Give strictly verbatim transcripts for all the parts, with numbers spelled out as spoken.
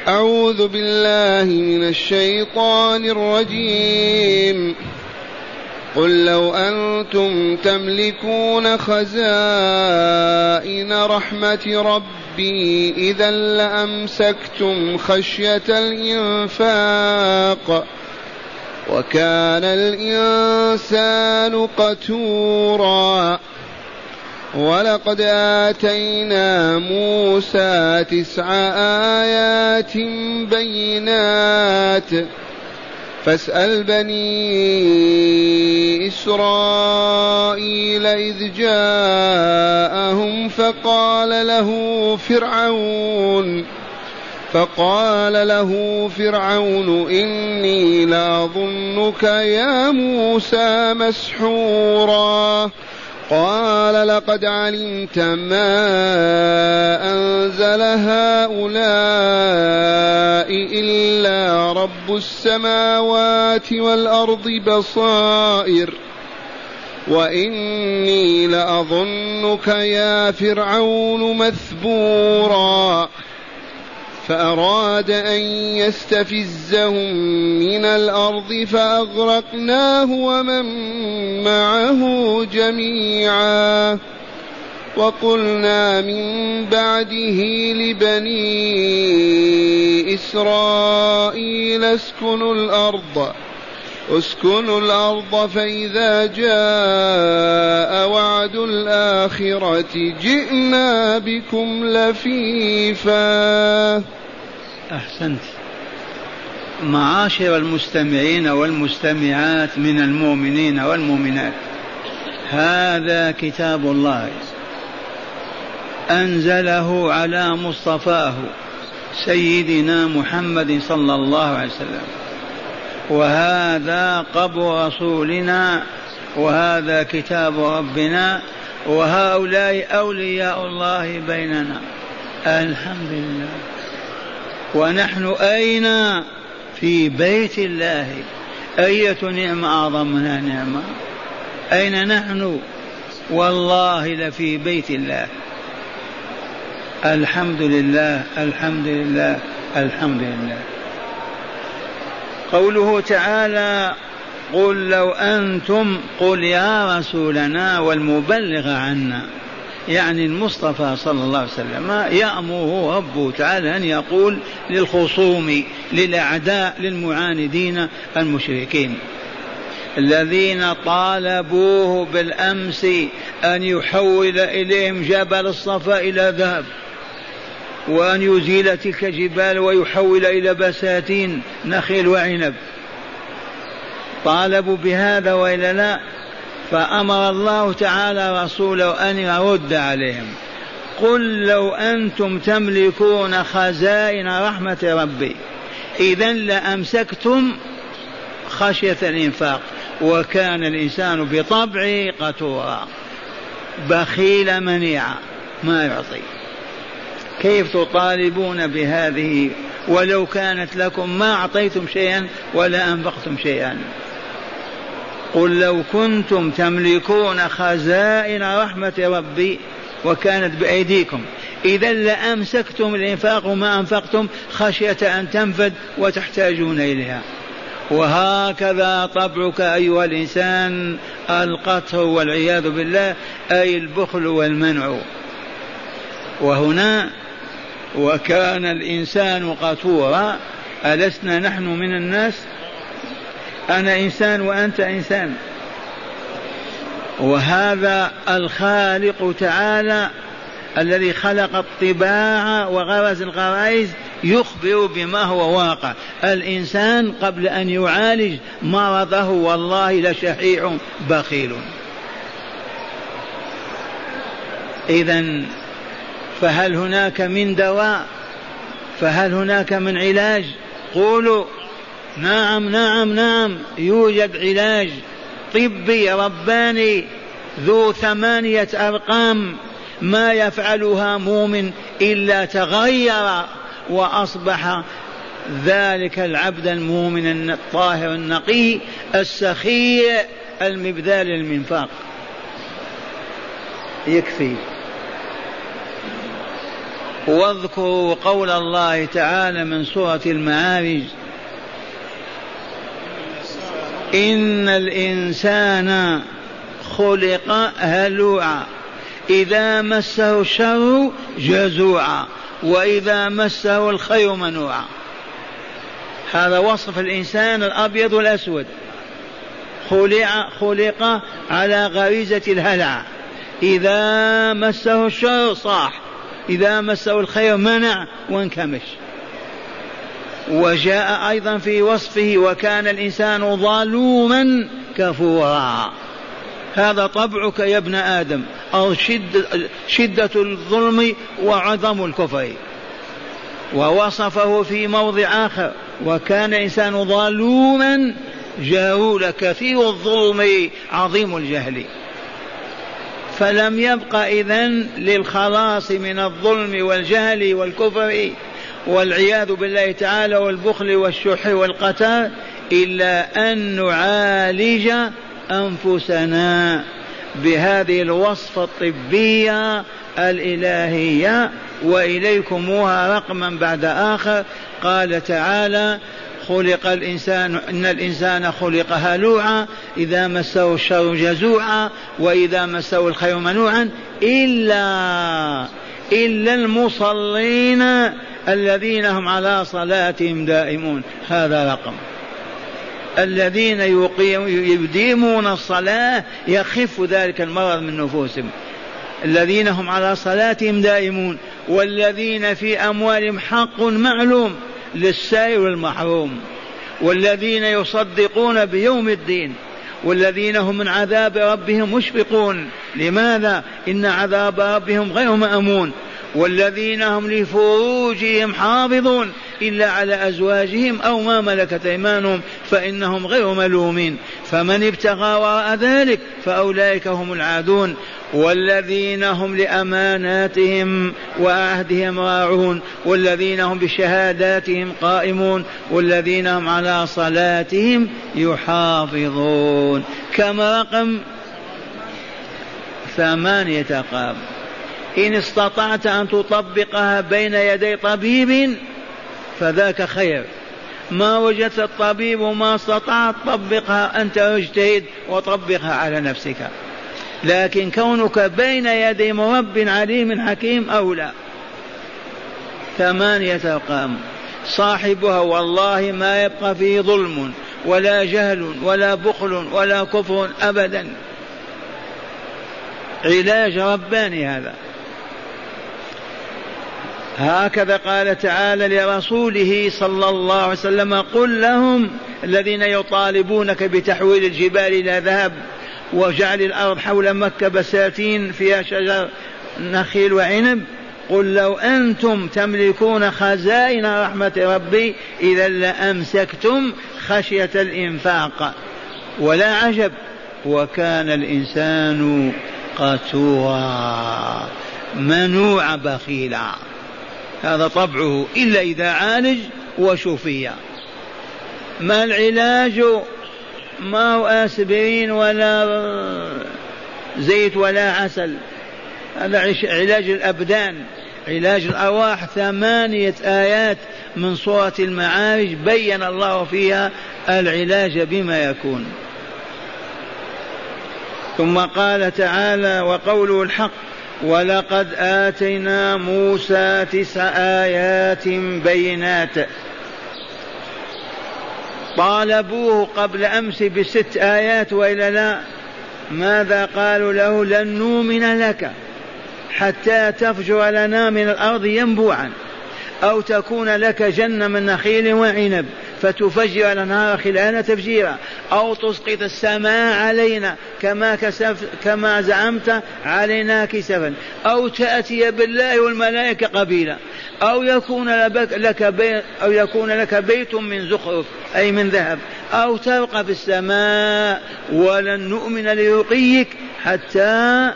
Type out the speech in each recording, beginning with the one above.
أعوذ بالله من الشيطان الرجيم. قل لو أنتم تملكون خزائن رحمة ربي إذا لأمسكتم خشية الإنفاق وكان الإنسان قتورا. ولقد آتينا موسى تسع آيات بينات فاسأل بني إسرائيل إذ جاءهم فقال له فرعون فقال له فرعون إني لأظنك يا موسى مسحورا. قال لقد علمت ما أنزل هؤلاء إلا رب السماوات والأرض بصائر وإني لأظنك يا فرعون مثبورا. فأراد أن يستفزهم من الأرض فأغرقناه ومن معه جميعا. وقلنا من بعده لبني إسرائيل اسكنوا الأرض اسكنوا الأرض فإذا جاء وعد الآخرة جئنا بكم لفيفا. أحسنت. معاشر المستمعين والمستمعات من المؤمنين والمؤمنات، هذا كتاب الله أنزله على مصطفاه سيدنا محمد صلى الله عليه وسلم، وهذا قبر رسولنا، وهذا كتاب ربنا، وهؤلاء أولياء الله بيننا. الحمد لله. ونحن أين؟ في بيت الله. أية نعمة أعظم منها نعمة؟ أين نحن؟ والله لفي بيت الله. الحمد لله الحمد لله الحمد لله. قوله تعالى قل لو أنتم، قل يا رسولنا والمبلغ عنا، يعني المصطفى صلى الله عليه وسلم يأمره ربه تعالى أن يقول للخصوم للأعداء للمعاندين المشركين الذين طالبوه بالأمس أن يحول إليهم جبل الصفا إلى ذهب، وأن يزيل تلك الجبال ويحول إلى بساتين نخيل وعنب. طالبوا بهذا وإلا لا؟ فأمر الله تعالى رسوله أن يرد عليهم. قل لو أنتم تملكون خزائن رحمة ربي إذن لأمسكتم خشية الإنفاق وكان الإنسان بطبعه قتورا بخيل منيعا ما يعطي. كيف تطالبون بهذه ولو كانت لكم ما أعطيتم شيئا ولا أنفقتم شيئا؟ قل لو كنتم تملكون خزائن رحمة ربي وكانت بأيديكم إذا لأمسكتم الإنفاق وما أنفقتم خشية أن تنفد وتحتاجون إليها. وهكذا طبعك أيها الإنسان القتر والعياذ بالله، أي البخل والمنع. وهنا وكان الإنسان قتورا، ألسنا نحن من الناس؟ أنا إنسان وأنت إنسان. وهذا الخالق تعالى الذي خلق الطباع وغرز الغرائز يخبر بما هو واقع. الإنسان قبل أن يعالج مرضه والله لشحيح بخيل. إذن فهل هناك من دواء؟ فهل هناك من علاج؟ قولوا نعم نعم نعم، يوجد علاج طبي رباني ذو ثمانية أرقام ما يفعلها مؤمن إلا تغير وأصبح ذلك العبد المؤمن الطاهر النقي السخي المبذال للمنفاق. يكفي. واذكروا قول الله تعالى من سورة المعارج: إن الإنسان خلق هلوعا إذا مسه الشر جزوعا وإذا مسه الخير منوعا. هذا وصف الإنسان الأبيض والأسود، خلق, خلق على غريزة الهلع، إذا مسه الشر صاح، إذا مسه الخير منع وانكمش. وجاء أيضا في وصفه: وكان الإنسان ظلوما كفورا. هذا طبعك يا ابن آدم، أو شدة, شدة الظلم وعظم الكفر. ووصفه في موضع آخر: وكان الإنسان ظلوما جهولا كثير الظلم عظيم الجهل. فلم يبق إذن للخلاص من الظلم والجهل والكفر والعياذ بالله تعالى والبخل والشح والقتال إلا أن نعالج أنفسنا بهذه الوصفة الطبية الإلهية. وإليكموها رقما بعد آخر. قال تعالى: خلق الإنسان إن الإنسان خلق هلوعا إذا مسه الشر جزوعا وإذا مسه الخير منوعا إلا إلا المصلين الذين هم على صلاتهم دائمون. هذا رقم. الذين يديمون الصلاة يخف ذلك المرض من نفوسهم، الذين هم على صلاتهم دائمون، والذين في أموالهم حق معلوم للسائل والمحروم، والذين يصدقون بيوم الدين، والذين هم من عذاب ربهم مشفقون. لماذا؟ إن عذاب ربهم غير مأمون. والذين هم لفروجهم حافظون إلا على أزواجهم أو ما ملكت أيمانهم فإنهم غير ملومين. فمن ابتغى وراء ذلك فأولئك هم العادون. والذين هم لأماناتهم وعهدهم راعون، والذين هم بشهاداتهم قائمون، والذين هم على صلاتهم يحافظون. كم رقم؟ ثمانية أرقام. إن استطعت أن تطبقها بين يدي طبيب فذاك خير. ما وجدت الطبيب وما استطعت طبقها أنت، اجتهد وطبقها على نفسك. لكن كونك بين يدي مرب عليم حكيم أولى. ثمانية أرقام صاحبها والله ما يبقى فيه ظلم ولا جهل ولا بخل ولا كفر أبدا. علاج رباني هذا. هكذا قال تعالى لرسوله صلى الله عليه وسلم: قل لهم الذين يطالبونك بتحويل الجبال إلى ذهب وجعل الأرض حول مكة بساتين فيها شجر نخيل وعنب، قل لو أنتم تملكون خزائن رحمة ربي إذا لأمسكتم خشية الإنفاق. ولا عجب، وكان الإنسان قتورا منوع بخيلا. هذا طبعه إلا إذا عالج وشفي. ما العلاج؟ ما هو آسبرين ولا زيت ولا عسل، هذا علاج الأبدان، علاج الأرواح. ثمانية آيات من سورة المعارج بين الله فيها العلاج بما يكون. ثم قال تعالى: وقوله الحق: ولقد آتينا موسى تسع آيات بينات. طالبوه قبل أمس بست آيات وإلا لا؟ ماذا قالوا له؟ لن نؤمن لك حتى تفجر لنا من الأرض ينبوعا، أو تكون لك جنة من نخيل وعنب فتفجر الأنهار خلالها تفجيرا، أو تسقط السماء علينا كما, كسف كما زعمت علينا كسفا، أو تأتي بالله والملائكة قبيلا، أو يكون لك بيت, أو يكون لك بيت من زخرف أي من ذهب، أو ترقى في السماء ولن نؤمن لرقيك حتى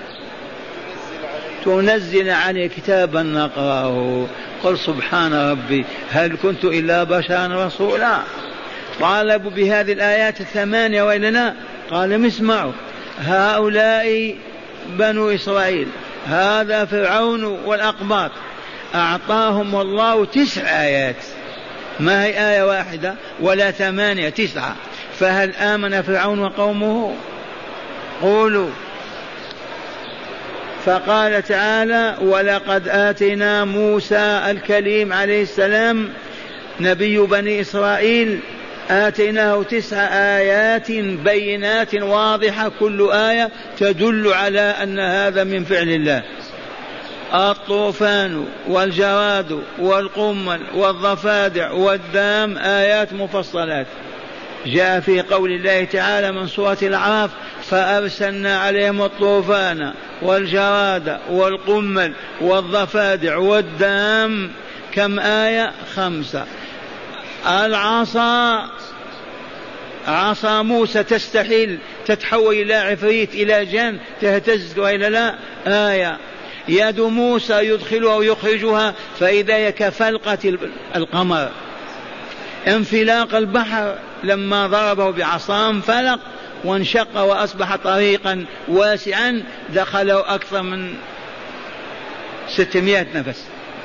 تنزل عليه كتابا نقرأه. قل سبحان ربي هل كنت إلا بشرا رسولا. طالبوا بهذه الآيات الثمانية وإلا لا؟ قال: اسمعوا، هؤلاء بنو إسرائيل، هذا فرعون والأقباط، أعطاهم الله تسع آيات، ما هي آية واحدة ولا ثمانية، تسعة. فهل آمن فرعون وقومه؟ قولوا. فقال تعالى: ولقد آتينا موسى الكليم عليه السلام نبي بني إسرائيل، آتيناه تسع آيات بينات واضحة، كل آية تدل على أن هذا من فعل الله. الطوفان والجراد والقمل والضفادع والدام آيات مفصلات. جاء في قول الله تعالى من سورة الأعراف: فأرسلنا عليهم الطوفان والجراد والقمل والضفادع والدام. كم آية؟ خمسة. العصا، عصا موسى تستحيل تتحول إلى عفريت إلى جان تهتز وإلا لا، آية. يد موسى يدخلها ويخرجها فإذا هي كفلقة القمر. انفلاق البحر لما ضربه بعصا انفلق وانشق وأصبح طريقا واسعا دخله أكثر من ستمائة نفس.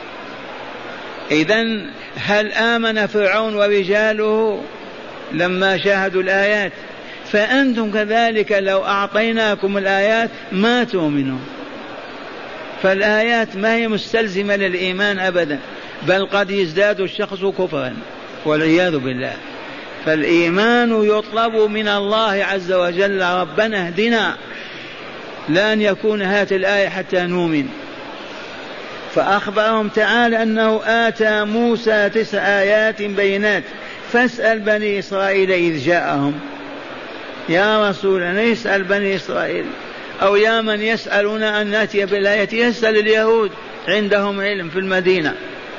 إذن هل آمن فرعون ورجاله لما شاهدوا الآيات؟ فأنتم كذلك لو أعطيناكم الآيات ما تؤمنون. فالآيات ما هي مستلزمة للإيمان أبدا، بل قد يزداد الشخص كفرا والعياذ بالله. فالإيمان يطلب من الله عز وجل: ربنا اهدنا، لا أن يكون هات الآية حتى نؤمن. فأخبرهم تعالى أنه آتى موسى تسع آيات بينات. فاسأل بني إسرائيل إذ جاءهم. يا رسولنا يسأل بني إسرائيل، أو يا من يسألنا أن نأتي بالآية يسأل اليهود، عندهم علم في المدينة.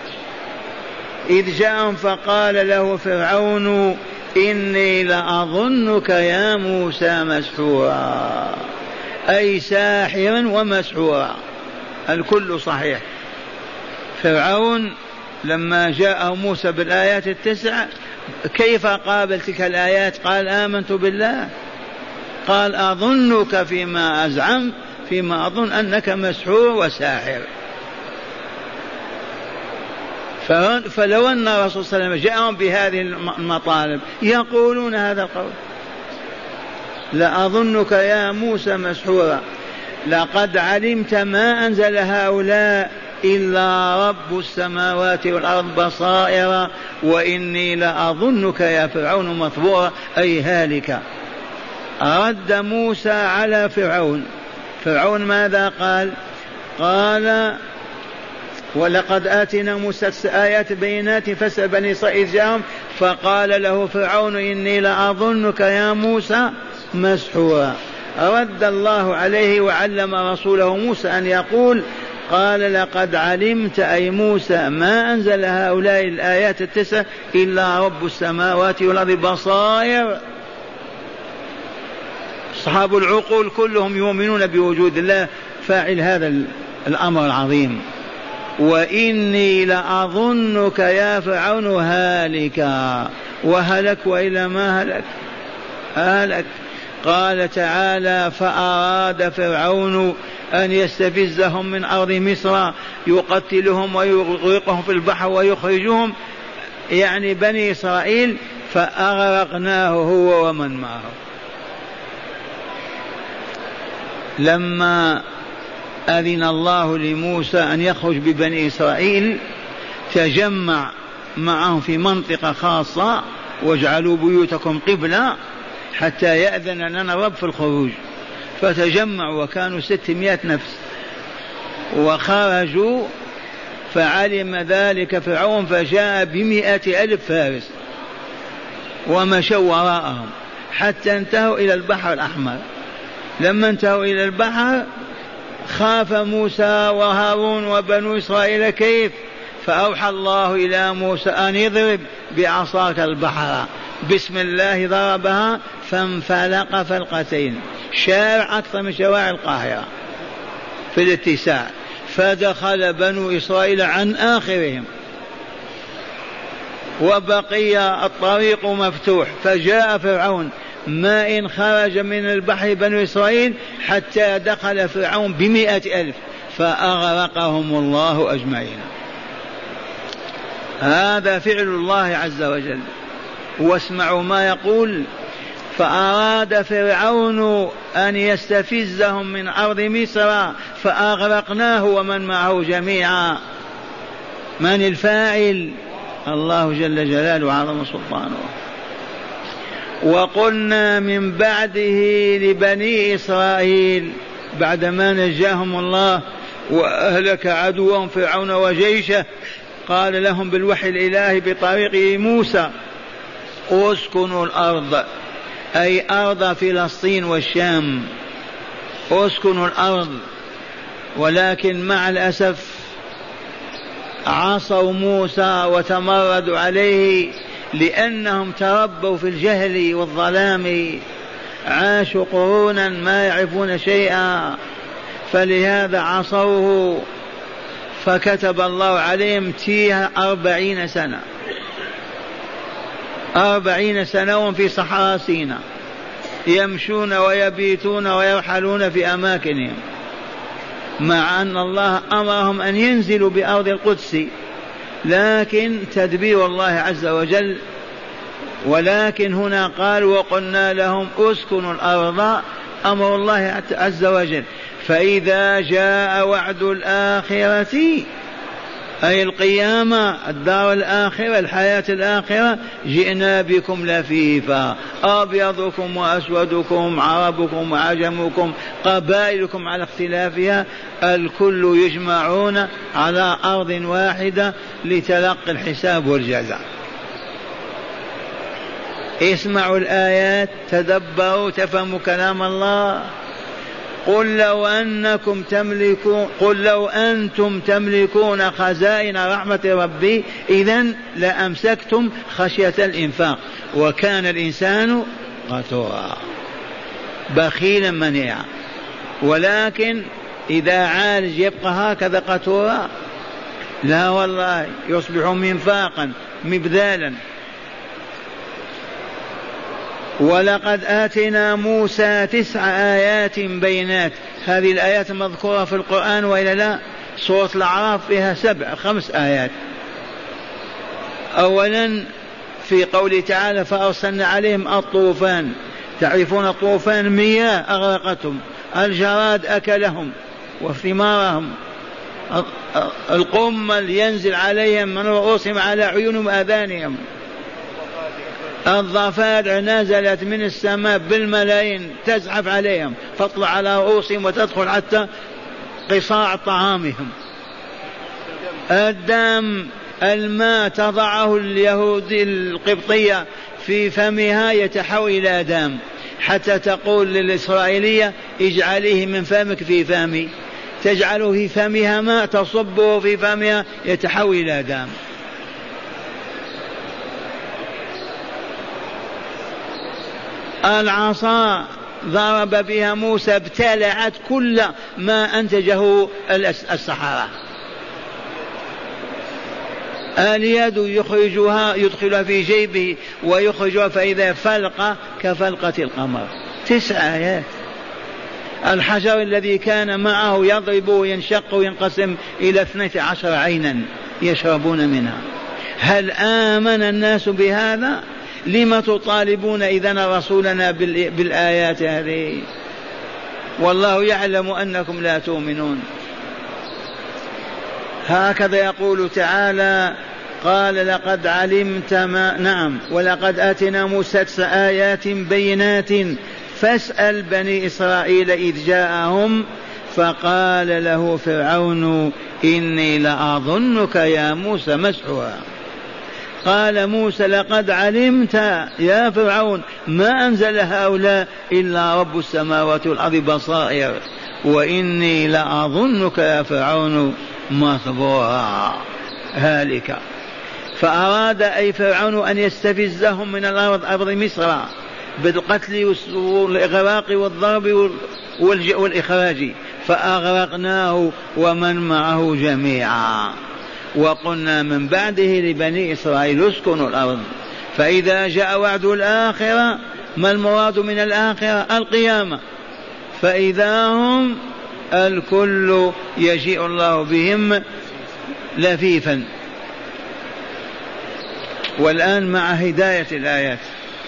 إذ جاءهم فقال له فرعون: إني لأظنك يا موسى مسحورا، أي ساحرا ومسحورا، الكل صحيح. فرعون لما جاءه موسى بالآيات التسع كيف قابل تلك الآيات؟ قال: آمنت بالله. قال: أظنك فيما أزعم فيما أظن أنك مسحور وساحر. فلو أن الرسول صلى الله عليه وسلم جاءهم بهذه المطالب يقولون هذا القول: لأظنك يا موسى مسحورا، لقد علمت ما أنزل هؤلاء إلا رب السماوات والأرض بصائر، وإني لأظنك يا فرعون مثبورا، أي هالكا. رد موسى على فرعون. فرعون ماذا قال؟ قال: ولقد آتينا موسى آيات بينات فاسأل بني إسرائيل جاءهم. فقال له فرعون: إني لأظنك يا موسى مسحورا. رد الله عليه وعلم رسوله موسى أن يقول: قال: لقد علمت أي موسى ما أنزل هؤلاء الآيات التسع إلا رب السماوات والأرض بصائر. أصحاب العقول كلهم يؤمنون بوجود الله فاعل هذا الأمر العظيم. وإني لأظنك يا فرعون هالكا، وهلك وإلا ما هلك هلك. قال تعالى: فأراد فرعون أن يستفزهم من أرض مصر يقتلهم ويغرقهم في البحر ويخرجهم، يعني بني إسرائيل، فأغرقناه هو ومن معه. لما أذن الله لموسى أن يخرج ببني إسرائيل تجمع معهم في منطقة خاصة: واجعلوا بيوتكم قبلة حتى يأذن لنا الرب في الخروج. فتجمعوا وكانوا ستمائة نفس وخرجوا، فعلم ذلك فرعون فجاء بمئة ألف فارس ومشوا وراءهم حتى انتهوا إلى البحر الأحمر. لما انتهوا إلى البحر خاف موسى وهارون وبنو إسرائيل كيف، فأوحى الله إلى موسى أن يضرب بعصاك البحر. بسم الله ضربها فانفلق فلقتين، شارع أكثر من شوارع القاهرة في الاتساع، فدخل بنو إسرائيل عن آخرهم وبقي الطريق مفتوح. فجاء فرعون ما إن خرج من البحر بنو إسرائيل حتى دخل فرعون بمئة ألف فأغرقهم الله أجمعين. هذا فعل الله عز وجل. واسمعوا ما يقول: فأراد فرعون أن يستفزهم من أرض مصر فأغرقناه ومن معه جميعا. من الفاعل؟ الله جل جلاله وعظم سلطانه. وقلنا من بعده لبني إسرائيل بعدما نجاهم الله وأهلك عدوهم فرعون وجيشه، قال لهم بالوحي الإلهي بطريق موسى: اسكنوا الأرض، أي أرض فلسطين والشام، اسكنوا الأرض. ولكن مع الأسف عصوا موسى وتمردوا عليه لأنهم تربوا في الجهل والظلام، عاشوا قرونا ما يعرفون شيئا، فلهذا عصوه، فكتب الله عليهم تيه أربعين سنة أربعين سنة في صحراء سيناء، يمشون ويبيتون ويرحلون في أماكنهم، مع أن الله أمرهم أن ينزلوا بأرض القدس، لكن تدبير الله عز وجل. ولكن هنا قال: وقلنا لهم اسكنوا الأرض، أمر الله عز وجل. فإذا جاء وعد الآخرة، أي القيامة، الدار الآخرة، الحياة الآخرة، جئنا بكم لفيفا، أبيضكم وأسودكم، عربكم وعجمكم، قبائلكم على اختلافها، الكل يجمعون على أرض واحدة لتلقي الحساب والجزاء. اسمعوا الآيات، تدبروا، تفهموا كلام الله. قل لو أنكم تملكون قل لو أنتم تملكون خزائن رحمة ربي إذن لأمسكتم خشية الإنفاق، وكان الإنسان قتورا بخيلا منيعا. ولكن إذا عالج يبقى هكذا قتورا؟ لا والله، يصبح منفاقا مبذالا. ولقد آتنا موسى تسع آيات بينات، هذه الآيات مذكورة في القرآن وإلا لا؟ سورة الأعراف فيها سبع خمس آيات. أولا في قوله تعالى: فأرسلنا عليهم الطوفان، تعرفون الطوفان مياه أغرقتهم، الجراد أكلهم وثمارهم، القمل ينزل عليهم من رؤوسهم على عيونهم وآذانهم، الضفادع نزلت من السماء بالملايين تزحف عليهم تطلع على رؤوسهم وتدخل حتى قصاع طعامهم، الدم، الماء تضعه اليهودي القبطية في فمها يتحول إلى دم، حتى تقول للإسرائيلية: اجعليه من فمك في فمي، تجعله في فمها ماء تصبه في فمها يتحول إلى دم. العصا ضرب بها موسى ابتلعت كل ما أنتجه الصحراء. اليد يخرجها يدخلها في جيبه ويخرجها فإذا فلقة كفلقة القمر. تسع آيات. الحجر الذي كان معه يضرب وينشق وينقسم إلى اثنتي عشر عينا يشربون منها. هل آمن الناس بهذا؟ لم تطالبون إذن رسولنا بالآيات هذه؟ والله يعلم أنكم لا تؤمنون. هكذا يقول تعالى: قال: لقد علمت ما نعم ولقد آتنا موسى تسع آيات بينات فاسأل بني إسرائيل إذ جاءهم فقال له فرعون إني لأظنك يا موسى مسحورا. قال موسى: لقد علمت يا فرعون ما أنزل هؤلاء إلا رب السماوات والأرض بصائر وإني لأظنك يا فرعون مثبورا هالكا. فأراد أي فرعون أن يستفزهم من الأرض أرض مصر بالقتل والإغراق والضرب والإخراج، فأغرقناه ومن معه جميعا. وقلنا من بعده لبني إسرائيل اسكنوا الأرض، فإذا جاء وعد الآخرة، ما المراد من الآخرة؟ القيامة، فإذا هم الكل يجيء الله بهم لفيفا. والآن مع هداية الآيات.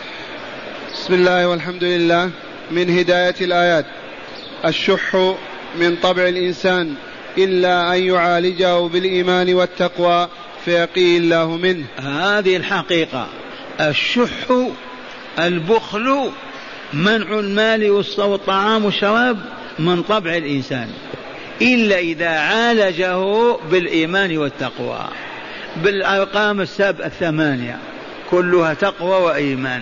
بسم الله والحمد لله. من هداية الآيات: الشح من طبع الإنسان إلا أن يعالجه بالإيمان والتقوى فيقي الله منه. هذه الحقيقة. الشح البخل منع المال والطعام والشراب من طبع الإنسان إلا إذا عالجه بالإيمان والتقوى، بالأرقام السبع الثمانية كلها تقوى وإيمان.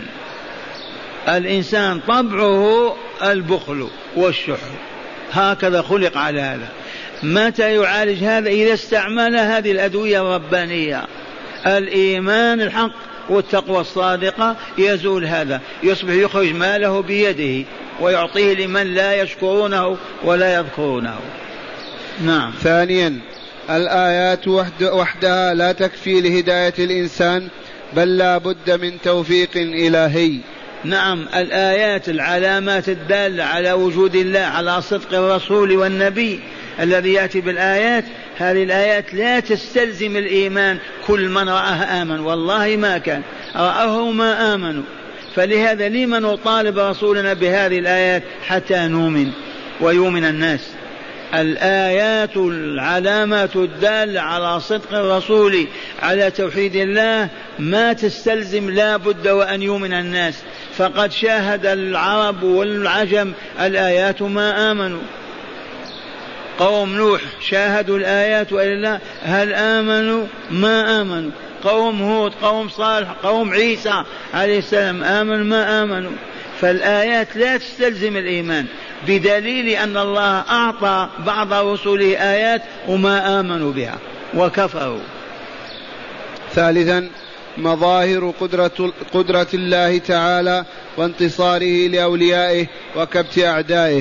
الإنسان طبعه البخل والشح، هكذا خلق على هذا. متى يعالج هذا؟ إذا استعمل هذه الأدوية الربانية، الإيمان الحق والتقوى الصادقة، يزول هذا، يصبح يخرج ماله بيده ويعطيه لمن لا يشكرونه ولا يذكرونه. نعم. ثانيا: الآيات وحدها لا تكفي لهداية الإنسان، بل لا بد من توفيق إلهي. نعم، الآيات العلامات الدالة على وجود الله، على صدق الرسول والنبي الذي يأتي بالآيات، هذه الآيات لا تستلزم الإيمان. كل من رآها آمن، والله ما كان رأه ما آمنوا. فلهذا لما نطالب رسولنا بهذه الآيات حتى نؤمن ويؤمن الناس؟ الآيات العلامات الدالة على صدق الرسول على توحيد الله ما تستلزم لا بد وأن يؤمن الناس، فقد شاهد العرب والعجم الآيات ما آمنوا. قوم نوح شاهدوا الآيات وإلا هل آمنوا؟ ما آمنوا. قوم هود، قوم صالح، قوم عيسى عليه السلام آمنوا؟ ما آمنوا. فالآيات لا تستلزم الإيمان، بدليل أن الله أعطى بعض رسله آيات وما آمنوا بها وكفروا. ثالثا: مظاهر قدرة, قدرة الله تعالى وانتصاره لأوليائه وكبت أعدائه.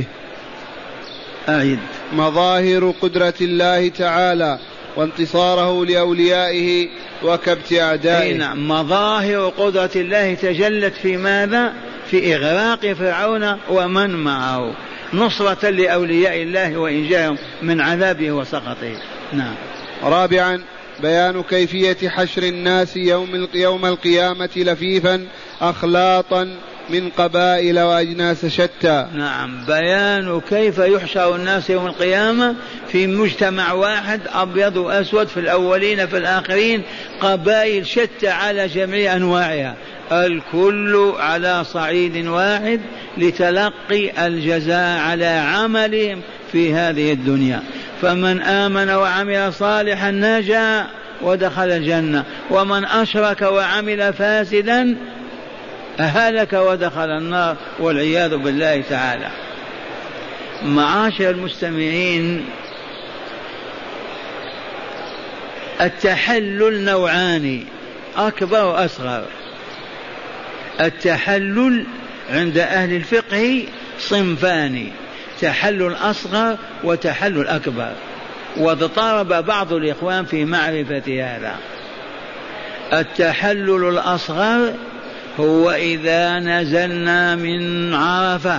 أعيد: مظاهر قدرة الله تعالى وانتصاره لأوليائه وكبت أعدائه. نعم، مظاهر قدرة الله تجلت في ماذا؟ في إغراق فرعون ومن معه، نصرة لأولياء الله وإنجاهم من عذابه وسخطه. نعم. رابعا: بيان كيفية حشر الناس يوم يوم القيامة لفيفا أخلاطا من قبائل وأجناس شتى. نعم، بيان كيف يحشر الناس يوم القيامة في مجتمع واحد، أبيض وأسود، في الأولين في الآخرين، قبائل شتى على جميع أنواعها، الكل على صعيد واحد لتلقي الجزاء على عملهم في هذه الدنيا. فمن آمن وعمل صالحا نجا ودخل الجنة، ومن أشرك وعمل فاسدا هلك ودخل النار والعياذ بالله تعالى. معاشر المستمعين، التحلل نوعان، أكبر وأصغر. التحلل عند أهل الفقه صنفان: تحلل أصغر وتحلل أكبر، واضطرب بعض الإخوان في معرفة هذا. التحلل الأصغر هو إذا نزلنا من عرفة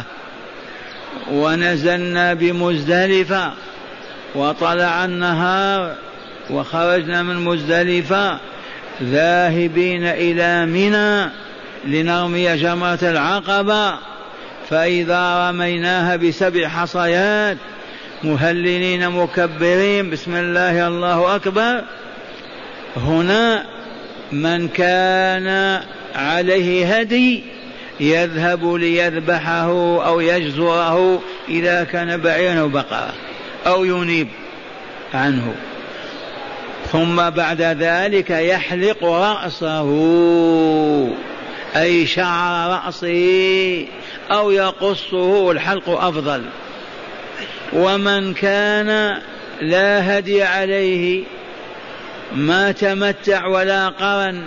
ونزلنا بمزدلفة وطلع النهار وخرجنا من مزدلفة ذاهبين إلى منى لنرمي جمرة العقبة، فإذا رميناها بسبع حصيات مهللين مكبرين بسم الله الله أكبر، هنا من كان عليه هدي يذهب ليذبحه أو يجزره إذا كان بعيرا أو بقرة أو ينيب عنه، ثم بعد ذلك يحلق رأسه أي شعر رأسه أو يقصه، الحلق أفضل. ومن كان لا هدي عليه ما تمتع ولا قرن،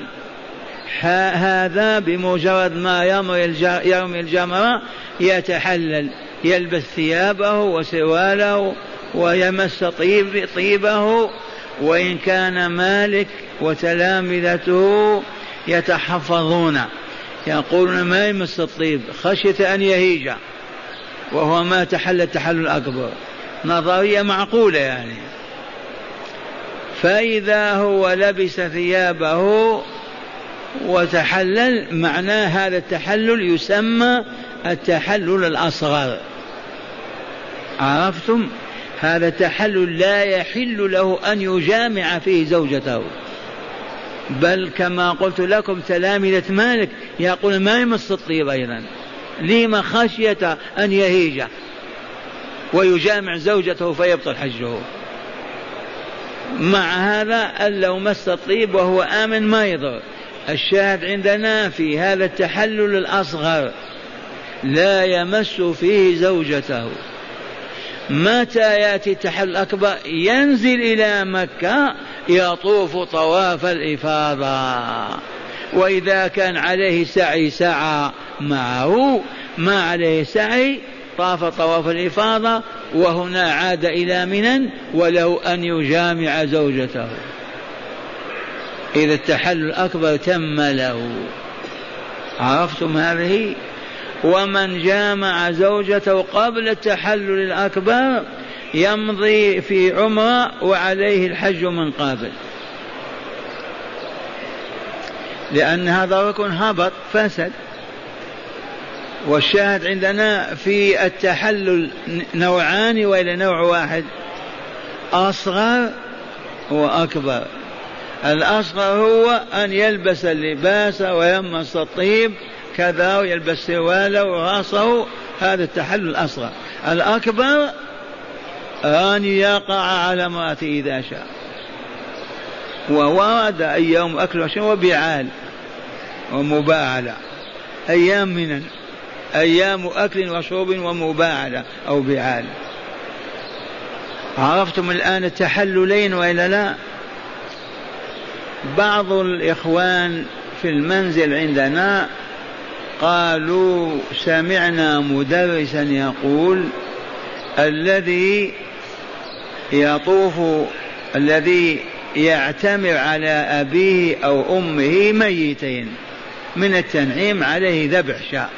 هذا بمجرد ما يرمي الجمرة يتحلل، يلبس ثيابه وسواله ويمس طيب طيبه، وإن كان مالك وتلامذته يتحفظون يقولون ما يمس الطيب خشية أن يهيج، وهو ما تحلل التحلل الأكبر، نظرية معقولة يعني. فإذا هو لبس ثيابه وتحلل معناه هذا التحلل يسمى التحلل الأصغر. عرفتم؟ هذا التحلل لا يحل له أن يجامع فيه زوجته، بل كما قلت لكم تلامذة مالك يقول ما يمس الطيب أيضا لما خشية أن يهيج ويجامع زوجته فيبطل حجه. مع هذا أن لو مس الطيب وهو آمن ما يضر. الشاهد عندنا في هذا التحلل الأصغر لا يمس فيه زوجته. متى يأتي التحلل الأكبر؟ ينزل إلى مكة يطوف طواف الإفاضة، وإذا كان عليه سعي سعى معه، ما عليه سعي طاف طواف الإفاضة، وهنا عاد إلى منى ولو أن يجامع زوجته. إذا التحلل الأكبر تم له. عرفتم هذه؟ ومن جامع زوجته قبل التحلل الأكبر يمضي في عمره وعليه الحج من قبل، لأن هذا ركن هبط فسد. والشاهد عندنا في التحلل نوعان وإلى نوع واحد، أصغر وأكبر. الأصغر هو أن يلبس اللباس ويمس الطيب كذا ويلبس سرواله وراسه، هذا التحلل الأصغر. الأكبر أن يقع على امرأته إذا شاء، وورد أيام أكل وشرب وبعال ومباعلة، أيام من أيام أكل وشرب ومباعلة أو بعال. عرفتم الآن التحللين وإلا لا؟ بعض الإخوان في المنزل عندنا قالوا سمعنا مدرسا يقول الذي يطوف الذي يعتمر على أبيه أو أمه ميتين من التنعيم عليه ذبح شاء.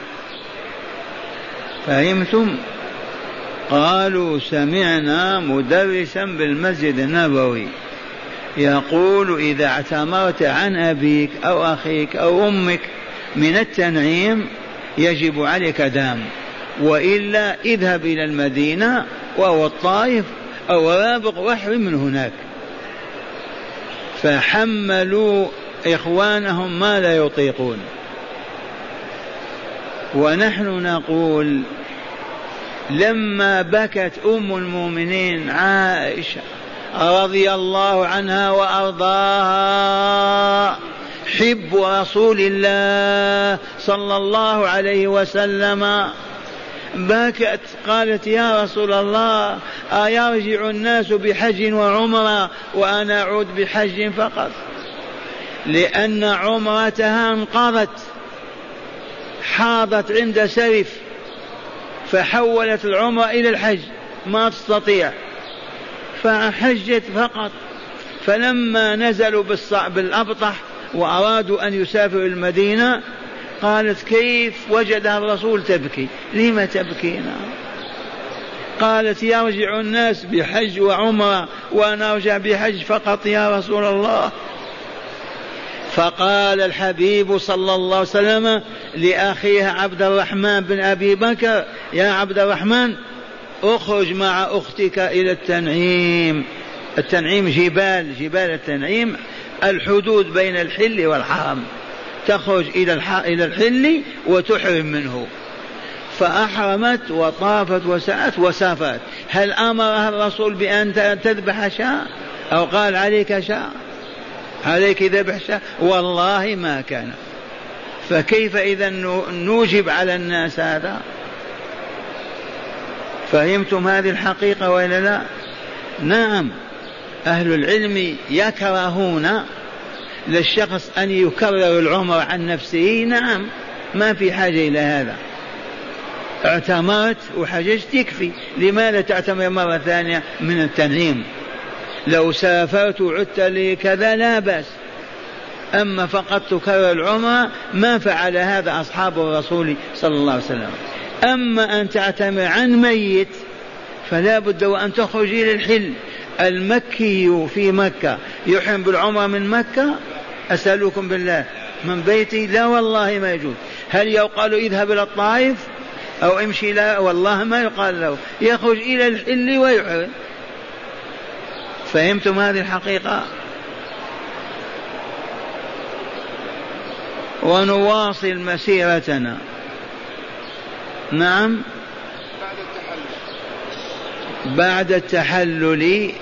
فهمتم؟ قالوا سمعنا مدرسا بالمسجد النبوي يقول إذا اعتمرت عن أبيك أو أخيك أو أمك من التنعيم يجب عليك دام، وإلا اذهب إلى المدينة وهو الطائف أو رابغ واحرم من هناك. فحملوا إخوانهم ما لا يطيقون. ونحن نقول لما بكت أم المؤمنين عائشة رضي الله عنها وأرضاها حب رسول الله صلى الله عليه وسلم، بكت قالت يا رسول الله أيرجع الناس بحج وعمرة وأنا أعود بحج فقط؟ لأن عمرتها انقضت، حاضت عند سرف فحولت العمرة إلى الحج، ما تستطيع فحجت فقط. فلما نزلوا بالأبطح وأرادوا أن يسافروا المدينة قالت كيف وجدها الرسول تبكي؟ لما تبكينا؟ قالت يرجع الناس بحج وعمرة وأنا أرجع بحج فقط يا رسول الله. فقال الحبيب صلى الله عليه وسلم لأخيها عبد الرحمن بن أبي بكر يا عبد الرحمن اخرج مع أختك إلى التنعيم. التنعيم جبال جبال التنعيم الحدود بين الحل والحرم، تخرج إلى الحل وتحرم منه. فأحرمت وطافت وسعت وسافرت. هل أمرها الرسول بأن تذبح شاء أو قال عليك شاء عليك ذبح شاء؟ والله ما كان. فكيف إذا نوجب على الناس هذا؟ فهمتم هذه الحقيقة وإلا لا؟ نعم، أهل العلم يكرهون للشخص أن يكرر العمر عن نفسه. نعم، ما في حاجة إلى هذا. اعتمرت وحججت يكفي، لماذا تعتمر مرة ثانية من التنعيم؟ لو سافرت وعدت لكذا لا بأس، أما فقط تكرر العمر ما فعل هذا أصحاب الرسول صلى الله عليه وسلم. أما أن تعتمر عن ميت فلا بد وأن تخرج إلى الحل. المكي في مكة يحرم بالعمر من مكة؟ أسألكم بالله من بيتي؟ لا والله ما يجوز. هل يقال اذهب إلى الطائف أو امشي؟ لا والله ما يقال له، يخرج إلى الحل ويحرم. فهمتم هذه الحقيقة؟ ونواصل مسيرتنا. نعم. بعد التحلل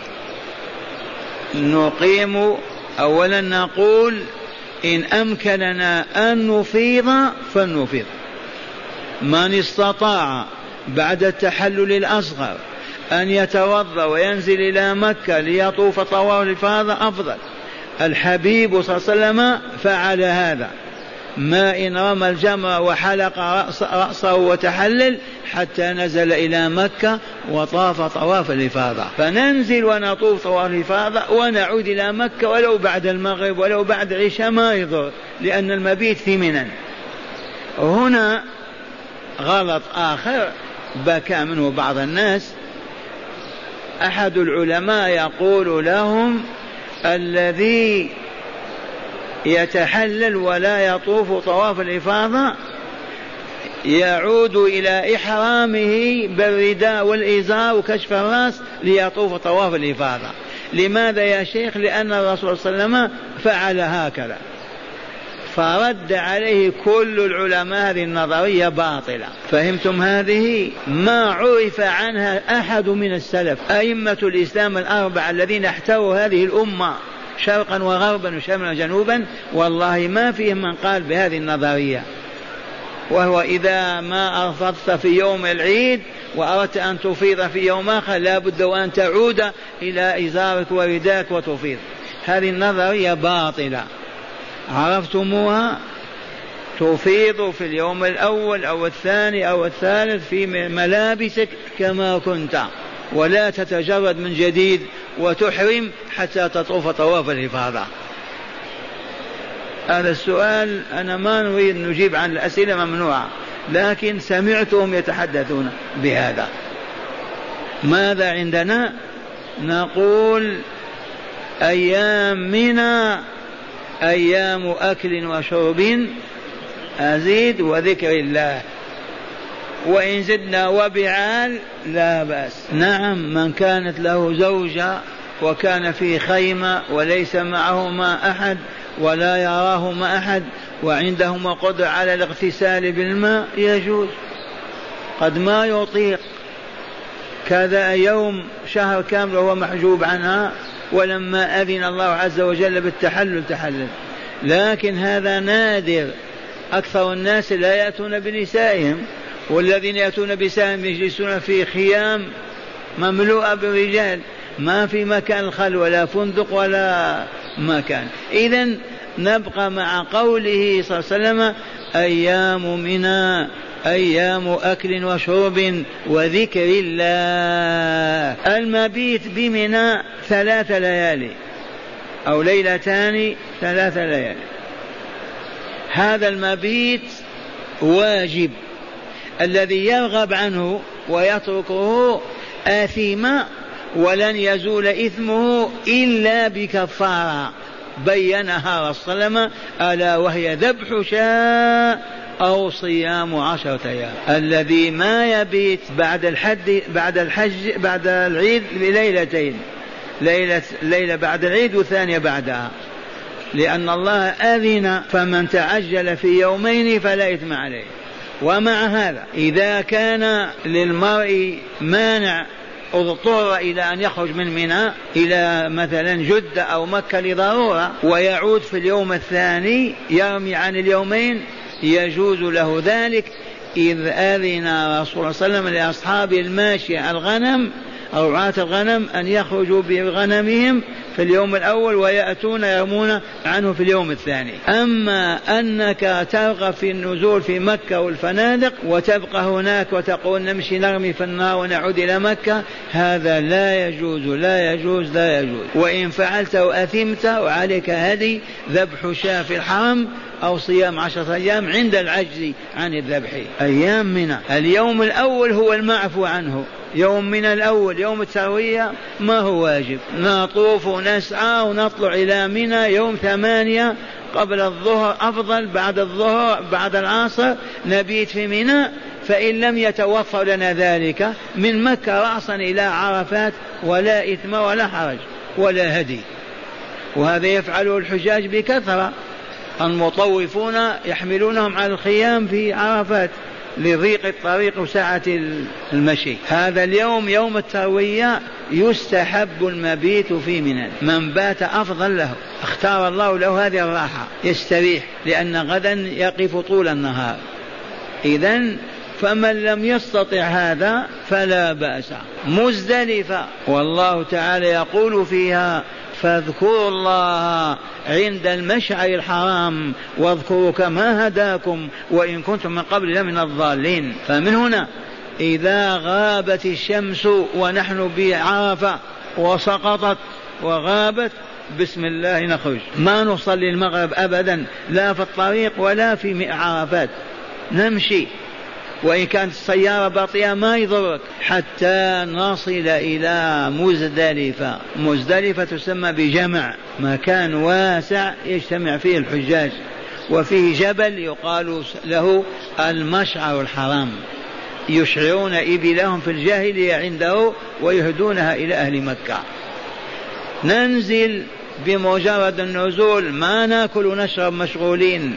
نقيم أولا نقول إن أمكننا أن نفيض فلنفيض. من استطاع بعد التحلل الأصغر أن يتوضأ وينزل إلى مكة ليطوف طواف الإفاضة أفضل. الحبيب صلى الله عليه وسلم فعل هذا، ما إن رمى الجمر وحلق رأس رأسه وتحلل حتى نزل إلى مكة وطاف طواف الإفاضة. فننزل ونطوف طواف الإفاضة ونعود إلى مكة ولو بعد المغرب ولو بعد العشاء ما يضر، لأن المبيت في منى. هنا غلط آخر بكى منه بعض الناس. أحد العلماء يقول لهم الذي يتحلل ولا يطوف طواف الإفاضة يعود إلى إحرامه بالرداء والإزار وكشف الرأس ليطوف طواف الإفاضة. لماذا يا شيخ؟ لأن الرسول صلى الله عليه وسلم فعل هكذا. فرد عليه كل العلماء هذه النظرية باطلة. فهمتم هذه؟ ما عرف عنها أحد من السلف. أئمة الإسلام الأربعة الذين احتووا هذه الأمة شرقا وغربا وشمالا وجنوبا والله ما فيهم من قال بهذه النظرية. وهو إذا ما أفضت في يوم العيد وأردت أن تفيض في يوم آخر لا بد وأن تعود إلى إزارك ورداك وتفيض. هذه النظرية باطلة. عرفتموها؟ تفيض في اليوم الأول أو الثاني أو الثالث في ملابسك كما كنت، ولا تتجرد من جديد وتحرم حتى تطوف طواف الإفاضة. هذا السؤال أنا ما نريد نجيب عن الأسئلة ممنوعة، لكن سمعتهم يتحدثون بهذا. ماذا عندنا؟ نقول أيام منى أيام أكل وشرب، أزيد وذكر الله، وإن زدنا وبعال لا بأس. نعم، من كانت له زوجة وكان في خيمة وليس معهما أحد ولا يراهما أحد وعندهما قدرة على الاغتسال بالماء يجوز. قد ما يطيق كذا يوم شهر كامل وهو محجوب عنها، ولما أذن الله عز وجل بالتحلل تحلل. لكن هذا نادر، أكثر الناس لا يأتون بنسائهم، والذين يأتون بنسائهم يجلسون في خيام مملوءة بالرجال، ما في مكان الخلوة ولا فندق ولا مكان. إذن نبقى مع قوله صلى الله عليه وسلم أيام منى أيام أكل وشرب وذكر الله. المبيت بمنى ثلاث ليالي أو ليلتان ثلاث ليالي. هذا المبيت واجب، الذي يرغب عنه ويتركه آثم ولن يزول إثمه إلا بكفارة بينها رسول الله صلى الله عليه وسلم، ألا وهي ذبح شاء أو صيام عشرة أيام. الذي ما يبيت بعد الحج بعد الحج بعد العيد بليلتين، ليلة ليلة بعد العيد والثانية بعدها، لأن الله أذن فمن تعجل في يومين فلا إثم عليه. ومع هذا إذا كان للمرء مانع اضطر إلى أن يخرج من منى إلى مثلا جدة أو مكة لضرورة ويعود في اليوم الثاني يرمي عن اليومين، يجوز له ذلك، إذ أذن رسول الله صلى الله عليه وسلم لأصحاب الماشية الغنم أو رعاة الغنم أن يخرجوا بغنمهم في اليوم الأول ويأتون يرمون عنه في اليوم الثاني. أما أنك ترغب في النزول في مكة والفنادق وتبقى هناك وتقول نمشي نرمي في النار ونعود إلى مكة، هذا لا يجوز لا يجوز لا يجوز. وإن فعلت وأثمت وعليك هدي ذبح شاة في الحرم أو صيام عشرة أيام عند العجز عن الذبح. أيام منى اليوم الأول هو المعفو عنه، يوم من الأول يوم التروية ما هو واجب. نطوف ونسعى ونطلع إلى منى يوم ثمانية قبل الظهر أفضل، بعد الظهر بعد العصر نبيت في منى. فإن لم يتوفر لنا ذلك من مكة رأسا إلى عرفات ولا إثم ولا حرج ولا هدي. وهذا يفعله الحجاج بكثرة، المطوفون يحملونهم على الخيام في عرفات لضيق الطريق وسعة المشي. هذا اليوم يوم التروية يستحب المبيت في منى، من بات أفضل له، اختار الله له هذه الراحة يستريح، لأن غدا يقف طول النهار. إذن فمن لم يستطع هذا فلا بأس. مزدلفة والله تعالى يقول فيها فاذكروا الله عند المشعر الحرام واذكروا كما هداكم وإن كنتم من قبل لمن الضالين. فمن هنا إذا غابت الشمس ونحن بعرفة وسقطت وغابت بسم الله نخرج، ما نصلي المغرب أبدا لا في الطريق ولا في عرفات، نمشي وإن كانت السيارة بطيئة ما يضرك حتى نصل إلى مزدلفة. مزدلفة تسمى بجمع، مكان واسع يجتمع فيه الحجاج، وفيه جبل يقال له المشعر الحرام، يشعرون إبلهم في الجاهلية عنده ويهدونها إلى أهل مكة. ننزل بمجرد النزول ما ناكل ونشرب مشغولين،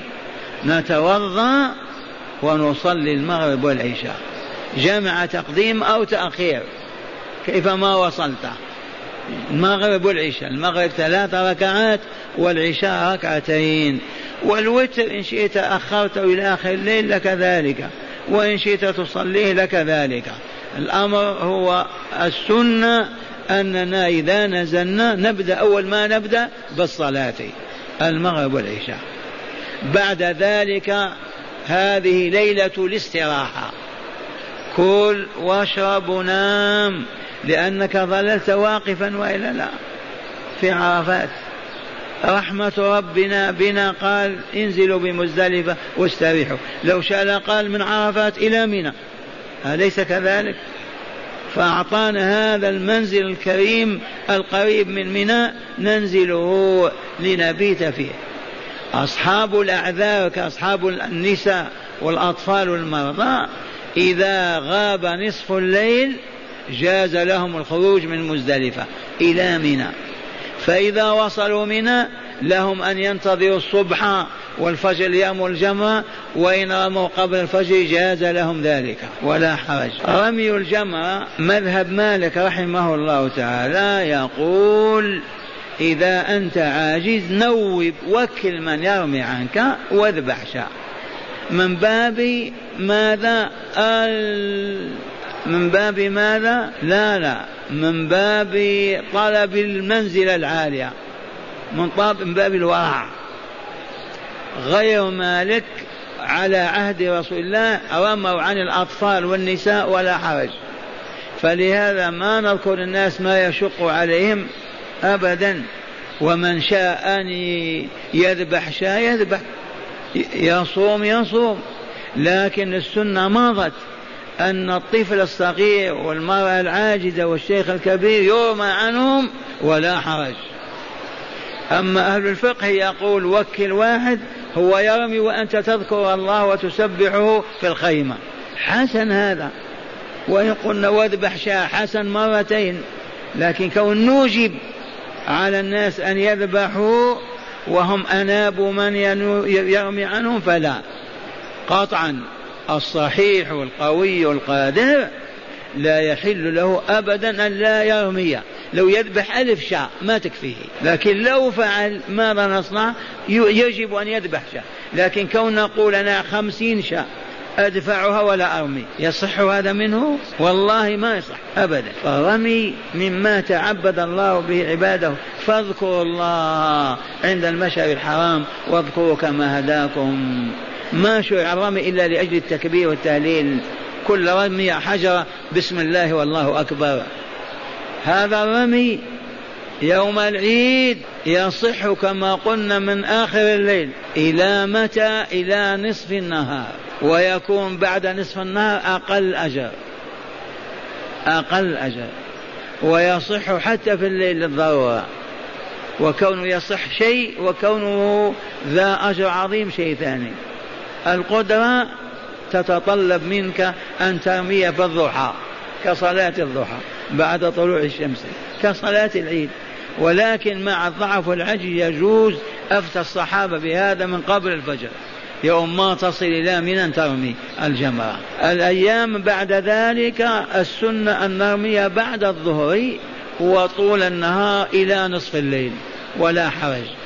نتوضأ ونصلي المغرب والعشاء، جمع تقديم أو تأخير كيفما وصلت. المغرب والعشاء، المغرب ثلاث ركعات والعشاء ركعتين، والوتر إن شئت أخرت إلى آخر الليل لك ذلك، وإن شئت تصليه لك ذلك. الأمر هو السنة أننا إذا نزلنا نبدأ أول ما نبدأ بالصلاة المغرب والعشاء، بعد ذلك هذه ليلة الاستراحة، كل واشرب ونام، لأنك ظللت واقفا وإلا لا في عرفات. رحمة ربنا بنا قال انزلوا بمزدلفة واستريحوا، لو شاء قال من عرفات إلى منى، أليس كذلك؟ فأعطانا هذا المنزل الكريم القريب من منى ننزله لنبيت فيه. أصحاب الأعذار كأصحاب النساء والأطفال والمرضى إذا غاب نصف الليل جاز لهم الخروج من مزدلفة إلى منى، فإذا وصلوا منى لهم أن ينتظروا الصبح والفجر يوم الجمرة، وإن رموا قبل الفجر جاز لهم ذلك ولا حرج. رمي الجمرة مذهب مالك رحمه الله تعالى يقول إذا أنت عاجز نوب، وكل من يرمي عنك واذبح شاء، من باب ماذا؟ من باب ماذا؟ لا لا من باب طلب المنزلة العالية، من باب الورع. غير مالك على عهد رسول الله رموا عن الأطفال والنساء ولا حرج، فلهذا ما نذكر الناس ما يشق عليهم أبدا. ومن شاء أن يذبح شاء يذبح، يصوم يصوم، لكن السنة مضت أن الطفل الصغير والمرأة العاجزة والشيخ الكبير يرمى عنهم ولا حرج. أما أهل الفقه يقول وكل واحد هو يرمي وأنت تذكر الله وتسبحه في الخيمة، حسن هذا. وإن قلنا واذبح شاء حسن مرتين، لكن كون نوجب على الناس أن يذبحوا وهم أناب من يرمي عنهم فلا. قطعا الصحيح والقوي والقادر لا يحل له أبدا أن لا يرمي، لو يذبح ألف شاء ما تكفيه، لكن لو فعل ماذا نصنع؟ يجب أن يذبح شاء، لكن كون نقول أنا خمسين شاء أدفعها ولا أرمي، يصح هذا منه؟ والله ما يصح أبدا. فرمي مما تعبد الله به عباده، فاذكروا الله عند المشعر الحرام واذكروا كما هداكم. ما شرع الرمي إلا لأجل التكبير والتهليل، كل رمي حجر بسم الله والله أكبر. هذا الرمي يوم العيد يصح كما قلنا من آخر الليل إلى متى؟ إلى نصف النهار، ويكون بعد نصف النهار أقل أجر، أقل أجر، ويصح حتى في الليل للضرورة. وكونه يصح شيء وكونه ذا أجر عظيم شيء ثاني. القدرة تتطلب منك أن ترمي في الضحى كصلاة الضحى بعد طلوع الشمس كصلاة العيد، ولكن مع الضعف والعجز يجوز. أفتى الصحابة بهذا من قبل الفجر، يوم ما تصل إلى منى ترمي الجمرة. الأيام بعد ذلك السنة أن نرمي بعد الظهر وطول النهار إلى نصف الليل ولا حرج.